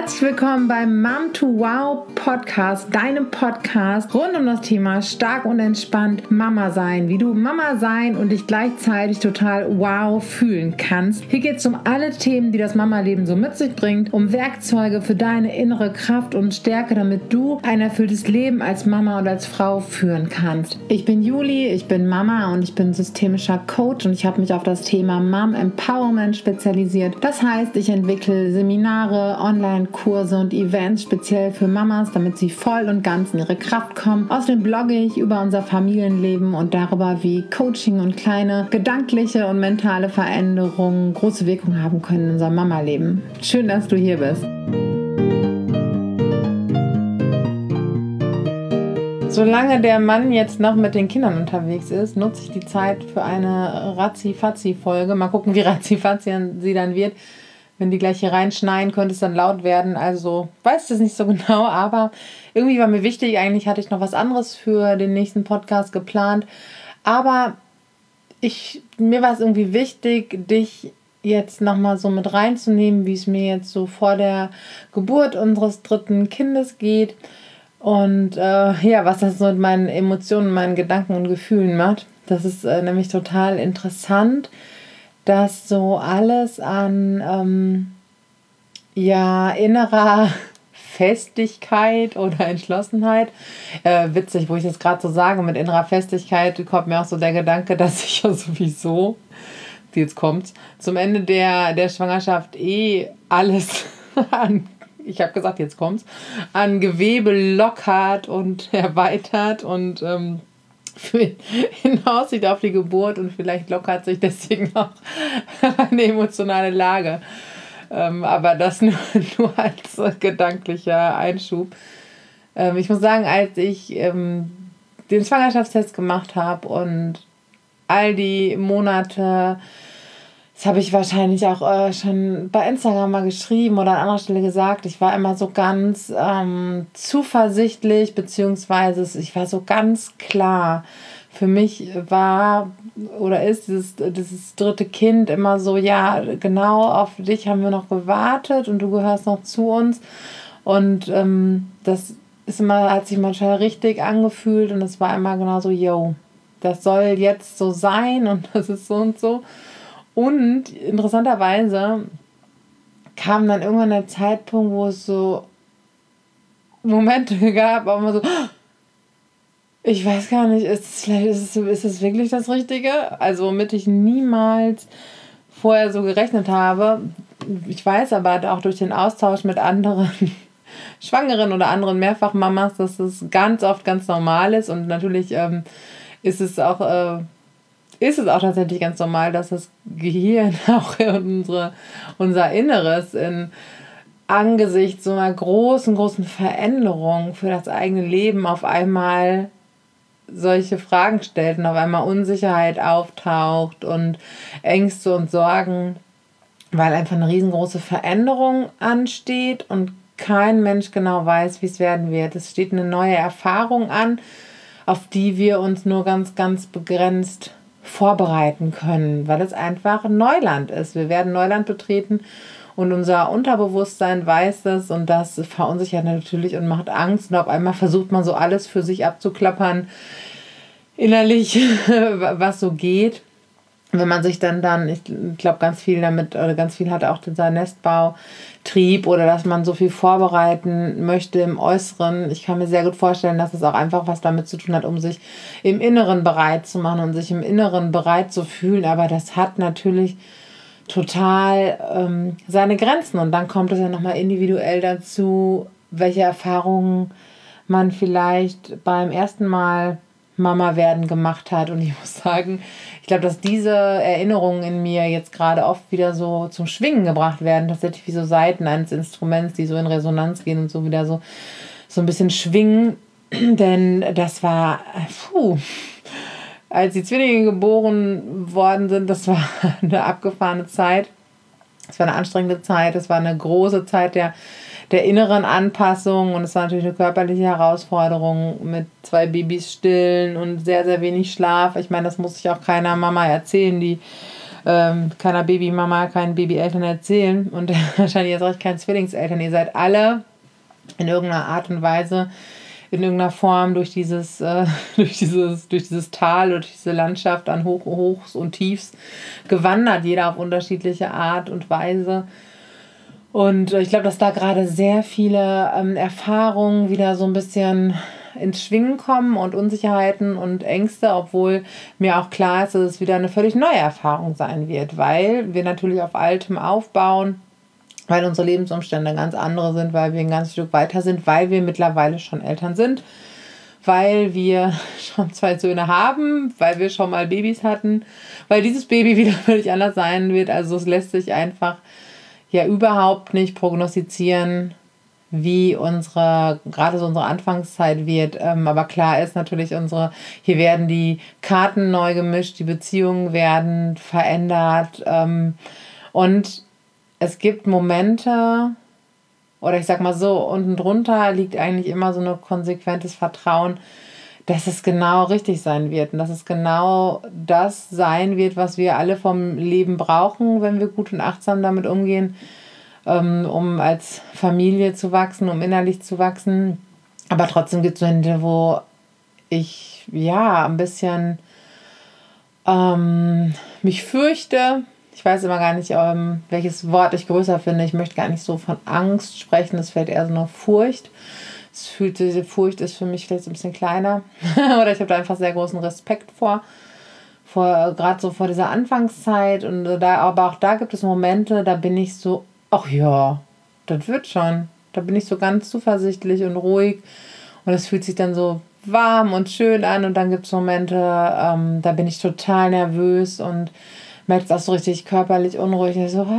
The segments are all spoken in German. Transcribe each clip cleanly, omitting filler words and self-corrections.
Herzlich willkommen beim Mom to Wow Podcast, deinem Podcast rund um das Thema stark und entspannt Mama sein, wie du Mama sein und dich gleichzeitig total wow fühlen kannst. Hier geht es um alle Themen, die das Mama-Leben so mit sich bringt, um Werkzeuge für deine innere Kraft und Stärke, damit du ein erfülltes Leben als Mama und als Frau führen kannst. Ich bin Juli, ich bin Mama und ich bin systemischer Coach und ich habe mich auf das Thema Mom Empowerment spezialisiert. Das heißt, ich entwickle Seminare, Online-Kurse und Events speziell für Mamas, damit sie voll und ganz in ihre Kraft kommen. Außerdem blogge ich über unser Familienleben und darüber, wie Coaching und kleine gedankliche und mentale Veränderungen große Wirkung haben können in unserem Mama-Leben. Schön, dass du hier bist. Solange der Mann jetzt noch mit den Kindern unterwegs ist, nutze ich die Zeit für eine Ratzi-Fatzi-Folge. Mal gucken, wie Ratzi-Fatzi sie dann wird. Wenn die gleich hier reinschneien, könnte es dann laut werden. Also weiß das nicht so genau, aber irgendwie war mir wichtig. Eigentlich hatte ich noch was anderes für den nächsten Podcast geplant. Aber mir war es irgendwie wichtig, dich jetzt nochmal so mit reinzunehmen, wie es mir jetzt so vor der Geburt unseres dritten Kindes geht. Und was das so mit meinen Emotionen, meinen Gedanken und Gefühlen macht. Das ist nämlich total interessant, dass so alles an innerer Festigkeit oder Entschlossenheit, witzig, wo ich das gerade so sage, mit innerer Festigkeit kommt mir auch so der Gedanke, dass ich ja sowieso, jetzt kommt's, zum Ende der Schwangerschaft alles ich habe gesagt, jetzt kommt's, an Gewebe lockert und erweitert und in Aussicht auf die Geburt und vielleicht lockert sich deswegen auch eine emotionale Lage. Aber das nur als gedanklicher Einschub. Ich muss sagen, als ich den Schwangerschaftstest gemacht habe und all die Monate, das habe ich wahrscheinlich auch schon bei Instagram mal geschrieben oder an anderer Stelle gesagt. Ich war immer so ganz zuversichtlich, beziehungsweise ich war so ganz klar. Für mich war oder ist dieses dritte Kind immer so, ja, genau auf dich haben wir noch gewartet und du gehörst noch zu uns. Und das hat sich manchmal richtig angefühlt und es war immer genau so, yo, das soll jetzt so sein und das ist so und so. Und interessanterweise kam dann irgendwann der Zeitpunkt, wo es so Momente gab, wo man so, ich weiß gar nicht, ist es wirklich das Richtige? Also womit ich niemals vorher so gerechnet habe. Ich weiß aber auch durch den Austausch mit anderen Schwangeren oder anderen Mehrfachmamas, dass es ganz oft ganz normal ist und natürlich ist es auch tatsächlich ganz normal, dass das Gehirn auch unser Inneres angesichts so einer großen Veränderung für das eigene Leben auf einmal solche Fragen stellt und auf einmal Unsicherheit auftaucht und Ängste und Sorgen, weil einfach eine riesengroße Veränderung ansteht und kein Mensch genau weiß, wie es werden wird. Es steht eine neue Erfahrung an, auf die wir uns nur ganz, ganz begrenzt vorbereiten können, weil es einfach Neuland ist. Wir werden Neuland betreten und unser Unterbewusstsein weiß das und das verunsichert natürlich und macht Angst und auf einmal versucht man so alles für sich abzuklappern, innerlich, was so geht. Wenn man sich dann, ich glaube, ganz viel hat auch dieser Nestbautrieb oder dass man so viel vorbereiten möchte im Äußeren. Ich kann mir sehr gut vorstellen, dass es auch einfach was damit zu tun hat, um sich im Inneren bereit zu machen und sich im Inneren bereit zu fühlen. Aber das hat natürlich total seine Grenzen. Und dann kommt es ja nochmal individuell dazu, welche Erfahrungen man vielleicht beim ersten Mal Mama werden gemacht hat. Und ich muss sagen, ich glaube, dass diese Erinnerungen in mir jetzt gerade oft wieder so zum Schwingen gebracht werden. Tatsächlich wie so Saiten eines Instruments, die so in Resonanz gehen und so wieder so ein bisschen schwingen. Denn das war, als die Zwillinge geboren worden sind, das war eine abgefahrene Zeit. Es war eine anstrengende Zeit. Es war eine große Zeit der inneren Anpassung und es war natürlich eine körperliche Herausforderung mit 2 Babys stillen und sehr, sehr wenig Schlaf. Ich meine, das muss ich auch keiner Mama erzählen, die keiner Babymama, keinen Babyeltern erzählen und wahrscheinlich jetzt auch keinen Zwillingseltern. Ihr seid alle in irgendeiner Art und Weise, in irgendeiner Form durch dieses Tal, durch diese Landschaft an Hochs und Tiefs gewandert, jeder auf unterschiedliche Art und Weise. Und ich glaube, dass da gerade sehr viele Erfahrungen wieder so ein bisschen ins Schwingen kommen und Unsicherheiten und Ängste, obwohl mir auch klar ist, dass es wieder eine völlig neue Erfahrung sein wird, weil wir natürlich auf Altem aufbauen, weil unsere Lebensumstände ganz andere sind, weil wir ein ganz Stück weiter sind, weil wir mittlerweile schon Eltern sind, weil wir schon 2 Söhne haben, weil wir schon mal Babys hatten, weil dieses Baby wieder völlig anders sein wird. Also es lässt sich einfach ja überhaupt nicht prognostizieren, wie gerade so unsere Anfangszeit wird. Aber klar ist natürlich hier werden die Karten neu gemischt, die Beziehungen werden verändert. Und es gibt Momente, oder ich sag mal so, unten drunter liegt eigentlich immer so ein konsequentes Vertrauen, dass es genau richtig sein wird und dass es genau das sein wird, was wir alle vom Leben brauchen, wenn wir gut und achtsam damit umgehen, um als Familie zu wachsen, um innerlich zu wachsen. Aber trotzdem gibt es Momente, wo ich ja ein bisschen mich fürchte. Ich weiß immer gar nicht, welches Wort ich größer finde. Ich möchte gar nicht so von Angst sprechen. Das fällt eher so eine Furcht. Diese Furcht ist für mich vielleicht ein bisschen kleiner. Oder ich habe da einfach sehr großen Respekt vor gerade so vor dieser Anfangszeit. Und aber auch da gibt es Momente, da bin ich so, ach ja, das wird schon. Da bin ich so ganz zuversichtlich und ruhig. Und es fühlt sich dann so warm und schön an. Und dann gibt es Momente, da bin ich total nervös und merke es auch so richtig körperlich unruhig. Und so,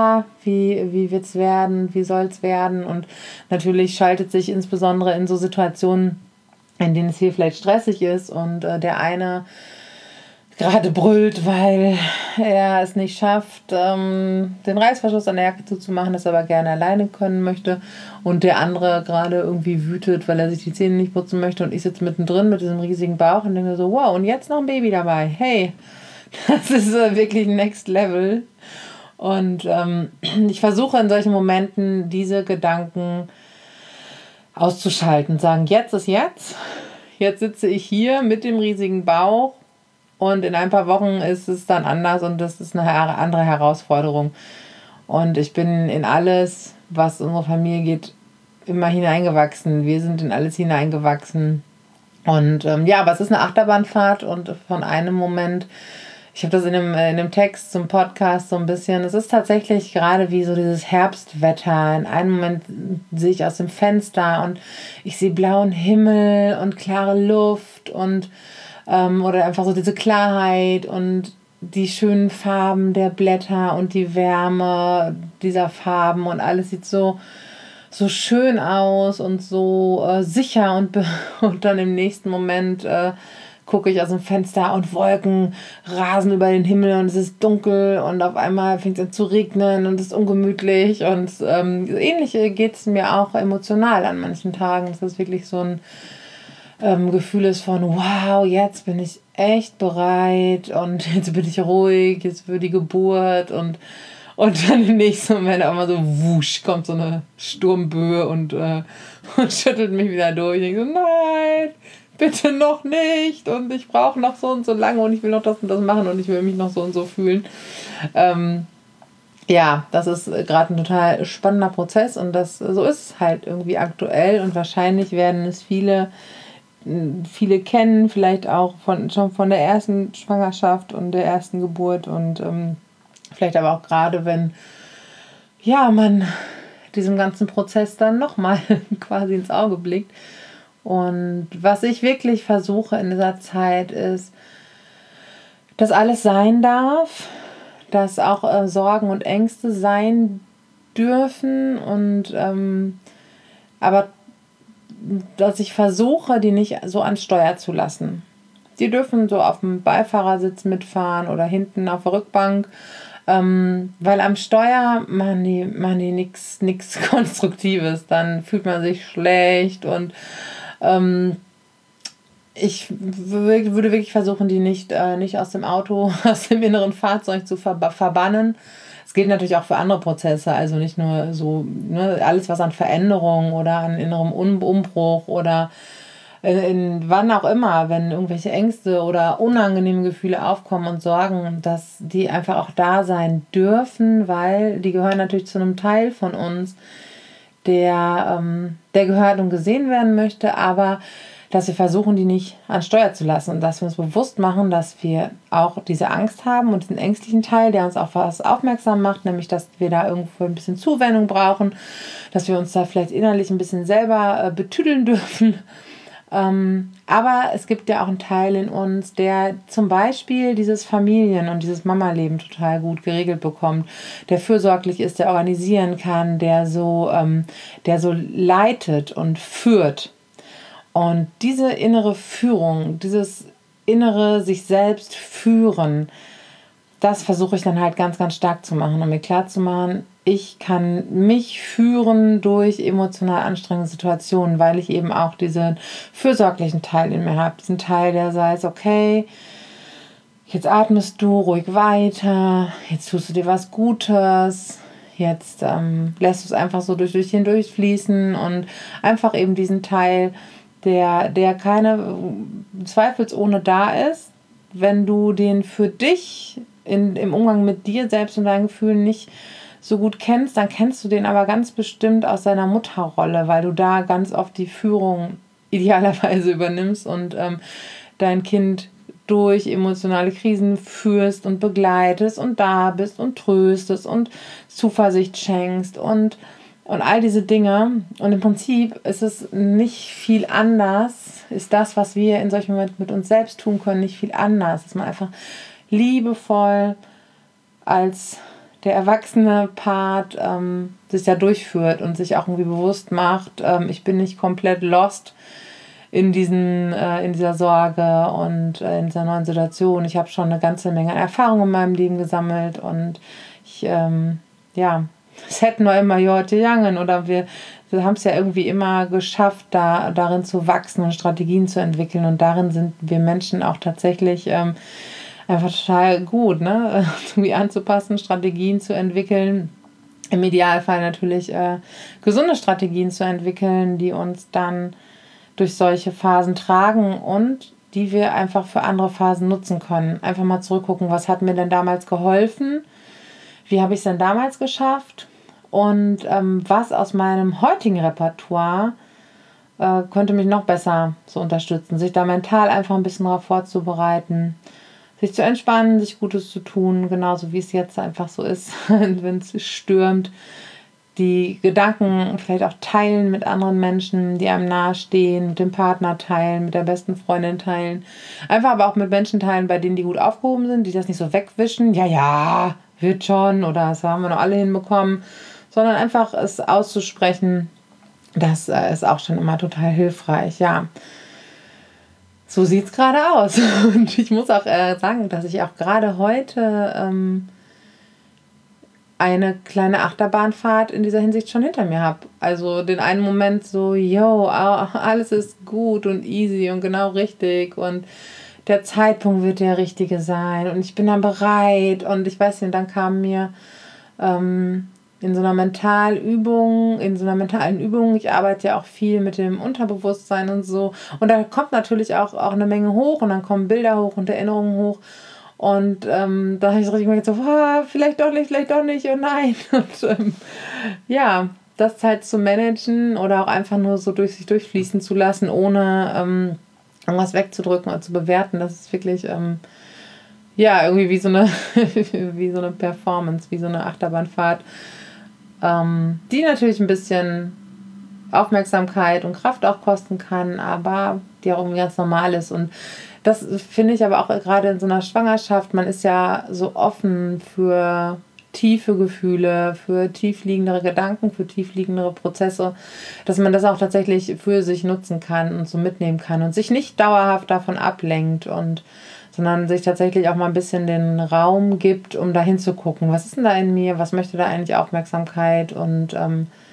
wie wird es werden? Wie soll es werden? Und natürlich schaltet sich insbesondere in so Situationen, in denen es hier vielleicht stressig ist und der eine gerade brüllt, weil er es nicht schafft, den Reißverschluss an der Jacke zuzumachen, das aber gerne alleine können möchte. Und der andere gerade irgendwie wütet, weil er sich die Zähne nicht putzen möchte. Und ich sitze mittendrin mit diesem riesigen Bauch und denke so, wow, und jetzt noch ein Baby dabei. Hey, das ist wirklich Next Level. Und ich versuche in solchen Momenten diese Gedanken auszuschalten. Sagen, jetzt ist jetzt. Jetzt sitze ich hier mit dem riesigen Bauch. Und in ein paar Wochen ist es dann anders und das ist eine andere Herausforderung. Und ich bin in alles, was unsere Familie geht, immer hineingewachsen. Wir sind in alles hineingewachsen. Und aber es ist eine Achterbahnfahrt und von einem Moment, ich habe das in dem Text zum Podcast so ein bisschen, es ist tatsächlich gerade wie so dieses Herbstwetter. In einem Moment sehe ich aus dem Fenster und ich sehe blauen Himmel und klare Luft und oder einfach so diese Klarheit und die schönen Farben der Blätter und die Wärme dieser Farben und alles sieht so schön aus und so sicher und dann im nächsten Moment gucke ich aus dem Fenster und Wolken rasen über den Himmel und es ist dunkel und auf einmal fängt es an zu regnen und es ist ungemütlich und ähnlich geht es mir auch emotional an manchen Tagen. Es ist wirklich so ein Gefühl ist von, wow, jetzt bin ich echt bereit und jetzt bin ich ruhig, jetzt für die Geburt und dann im nächsten Moment auch mal so wusch, kommt so eine Sturmböe und schüttelt mich wieder durch. Ich denke so, nein, bitte noch nicht und ich brauche noch so und so lange und ich will noch das und das machen und ich will mich noch so und so fühlen. Das ist gerade ein total spannender Prozess und so ist es halt irgendwie aktuell und wahrscheinlich werden es viele kennen, vielleicht auch schon von der ersten Schwangerschaft und der ersten Geburt und vielleicht aber auch gerade, wenn man diesem ganzen Prozess dann nochmal quasi ins Auge blickt. Und was ich wirklich versuche in dieser Zeit ist, dass alles sein darf, dass auch Sorgen und Ängste sein dürfen und aber dass ich versuche, die nicht so ans Steuer zu lassen. Die dürfen so auf dem Beifahrersitz mitfahren oder hinten auf der Rückbank, weil am Steuer machen die nichts Konstruktives. Dann fühlt man sich schlecht und würde wirklich versuchen, die nicht aus dem Auto, aus dem inneren Fahrzeug zu verbannen. Es gilt natürlich auch für andere Prozesse, also nicht nur so, ne, alles, was an Veränderung oder an innerem Umbruch oder in wann auch immer, wenn irgendwelche Ängste oder unangenehme Gefühle aufkommen und Sorgen, dass die einfach auch da sein dürfen, weil die gehören natürlich zu einem Teil von uns, der gehört und gesehen werden möchte, aber dass wir versuchen, die nicht an Steuer zu lassen und dass wir uns bewusst machen, dass wir auch diese Angst haben und diesen ängstlichen Teil, der uns auf was aufmerksam macht, nämlich, dass wir da irgendwo ein bisschen Zuwendung brauchen, dass wir uns da vielleicht innerlich ein bisschen selber betüdeln dürfen. Aber es gibt ja auch einen Teil in uns, der zum Beispiel dieses Familien- und dieses Mama-Leben total gut geregelt bekommt, der fürsorglich ist, der organisieren kann, der so leitet und führt. Und diese innere Führung, dieses innere sich selbst führen, das versuche ich dann halt ganz, ganz stark zu machen, um mir klarzumachen, ich kann mich führen durch emotional anstrengende Situationen, weil ich eben auch diesen fürsorglichen Teil in mir habe. Diesen Teil, der sagt, okay, jetzt atmest du ruhig weiter, jetzt tust du dir was Gutes, jetzt lässt du es einfach so durch dich hindurchfließen und einfach eben diesen Teil, der keine zweifelsohne da ist, wenn du den für dich im Umgang mit dir selbst und deinen Gefühlen nicht so gut kennst, dann kennst du den aber ganz bestimmt aus deiner Mutterrolle, weil du da ganz oft die Führung idealerweise übernimmst und dein Kind durch emotionale Krisen führst und begleitest und da bist und tröstest und Zuversicht schenkst und all diese Dinge. Und im Prinzip ist es nicht viel anders, ist das, was wir in solchen Momenten mit uns selbst tun können, nicht viel anders. Dass man einfach liebevoll als der erwachsene Part sich da durchführt und sich auch irgendwie bewusst macht, ich bin nicht komplett lost in dieser Sorge und in dieser neuen Situation. Ich habe schon eine ganze Menge Erfahrung in meinem Leben gesammelt und ich, es hätten wir immer Jorte Jangen oder wir haben es ja irgendwie immer geschafft, darin zu wachsen und Strategien zu entwickeln und darin sind wir Menschen auch tatsächlich einfach total gut, ne? Irgendwie anzupassen, Strategien zu entwickeln. Im Idealfall natürlich gesunde Strategien zu entwickeln, die uns dann durch solche Phasen tragen und die wir einfach für andere Phasen nutzen können. Einfach mal zurückgucken, was hat mir denn damals geholfen? Wie habe ich es denn damals geschafft? Und was aus meinem heutigen Repertoire könnte mich noch besser so unterstützen, sich da mental einfach ein bisschen darauf vorzubereiten, sich zu entspannen, sich Gutes zu tun, genauso wie es jetzt einfach so ist, wenn es stürmt. Die Gedanken vielleicht auch teilen mit anderen Menschen, die einem nahestehen, mit dem Partner teilen, mit der besten Freundin teilen. Einfach aber auch mit Menschen teilen, bei denen die gut aufgehoben sind, die das nicht so wegwischen. Ja, wird schon oder das haben wir noch alle hinbekommen. Sondern einfach es auszusprechen, das ist auch schon immer total hilfreich, ja. So sieht es gerade aus. Und ich muss auch sagen, dass ich auch gerade heute eine kleine Achterbahnfahrt in dieser Hinsicht schon hinter mir habe. Also den einen Moment so, yo, alles ist gut und easy und genau richtig und der Zeitpunkt wird der richtige sein und ich bin dann bereit und ich weiß nicht, dann kam mir in so einer mentalen Übung, ich arbeite ja auch viel mit dem Unterbewusstsein und so. Und da kommt natürlich auch eine Menge hoch und dann kommen Bilder hoch und Erinnerungen hoch. Und da habe ich so richtig gemerkt, so, vielleicht doch nicht, oh nein. Und das halt zu managen oder auch einfach nur so durch sich durchfließen zu lassen, ohne irgendwas wegzudrücken oder zu bewerten, das ist wirklich irgendwie wie so eine Performance, wie so eine Achterbahnfahrt, die natürlich ein bisschen Aufmerksamkeit und Kraft auch kosten kann, aber die auch irgendwie ganz normal ist. Und das finde ich aber auch gerade in so einer Schwangerschaft, man ist ja so offen für tiefe Gefühle, für tiefliegendere Gedanken, für tiefliegendere Prozesse, dass man das auch tatsächlich für sich nutzen kann und so mitnehmen kann und sich nicht dauerhaft davon ablenkt sondern sich tatsächlich auch mal ein bisschen den Raum gibt, um da hinzugucken, was ist denn da in mir, was möchte da eigentlich Aufmerksamkeit und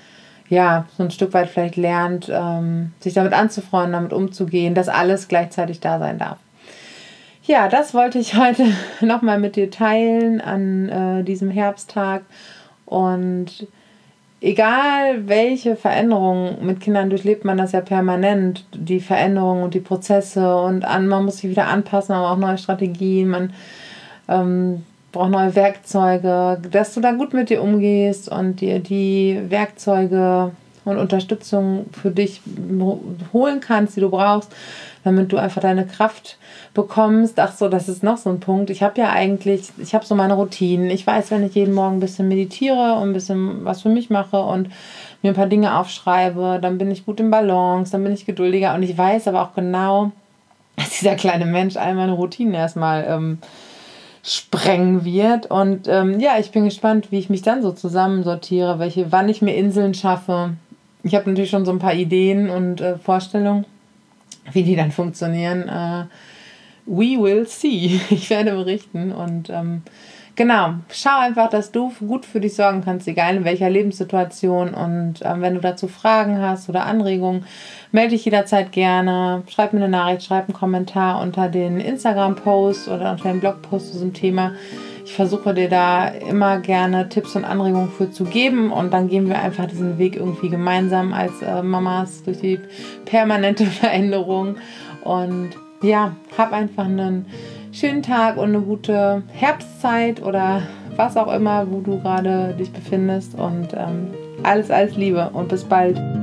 ja, so ein Stück weit vielleicht lernt, sich damit anzufreunden, damit umzugehen, dass alles gleichzeitig da sein darf. Ja, das wollte ich heute nochmal mit dir teilen an diesem Herbsttag. Und egal welche Veränderungen, mit Kindern durchlebt man das ja permanent, die Veränderungen und die Prozesse und man muss sich wieder anpassen, aber auch neue Strategien, man braucht neue Werkzeuge, dass du da gut mit dir umgehst und dir die Werkzeuge und Unterstützung für dich holen kannst, die du brauchst, damit du einfach deine Kraft bekommst. Ach so, das ist noch so ein Punkt. Ich habe so meine Routinen. Ich weiß, wenn ich jeden Morgen ein bisschen meditiere und ein bisschen was für mich mache und mir ein paar Dinge aufschreibe, dann bin ich gut im Balance, dann bin ich geduldiger und ich weiß aber auch genau, dass dieser kleine Mensch all meine Routinen erstmal sprengen wird. Und ja, ich bin gespannt, wie ich mich dann so zusammensortiere, wann ich mir Inseln schaffe. Ich habe natürlich schon so ein paar Ideen und Vorstellungen, wie die dann funktionieren. We will see. Ich werde berichten. Und genau, schau einfach, dass du gut für dich sorgen kannst, egal in welcher Lebenssituation. Und wenn du dazu Fragen hast oder Anregungen, melde dich jederzeit gerne. Schreib mir eine Nachricht, schreib einen Kommentar unter den Instagram-Post oder unter den Blogpost zu diesem Thema. Ich versuche dir da immer gerne Tipps und Anregungen für zu geben und dann gehen wir einfach diesen Weg irgendwie gemeinsam als Mamas durch die permanente Veränderung. Und ja, hab einfach einen schönen Tag und eine gute Herbstzeit oder was auch immer, wo du gerade dich befindest. Und alles Liebe und bis bald.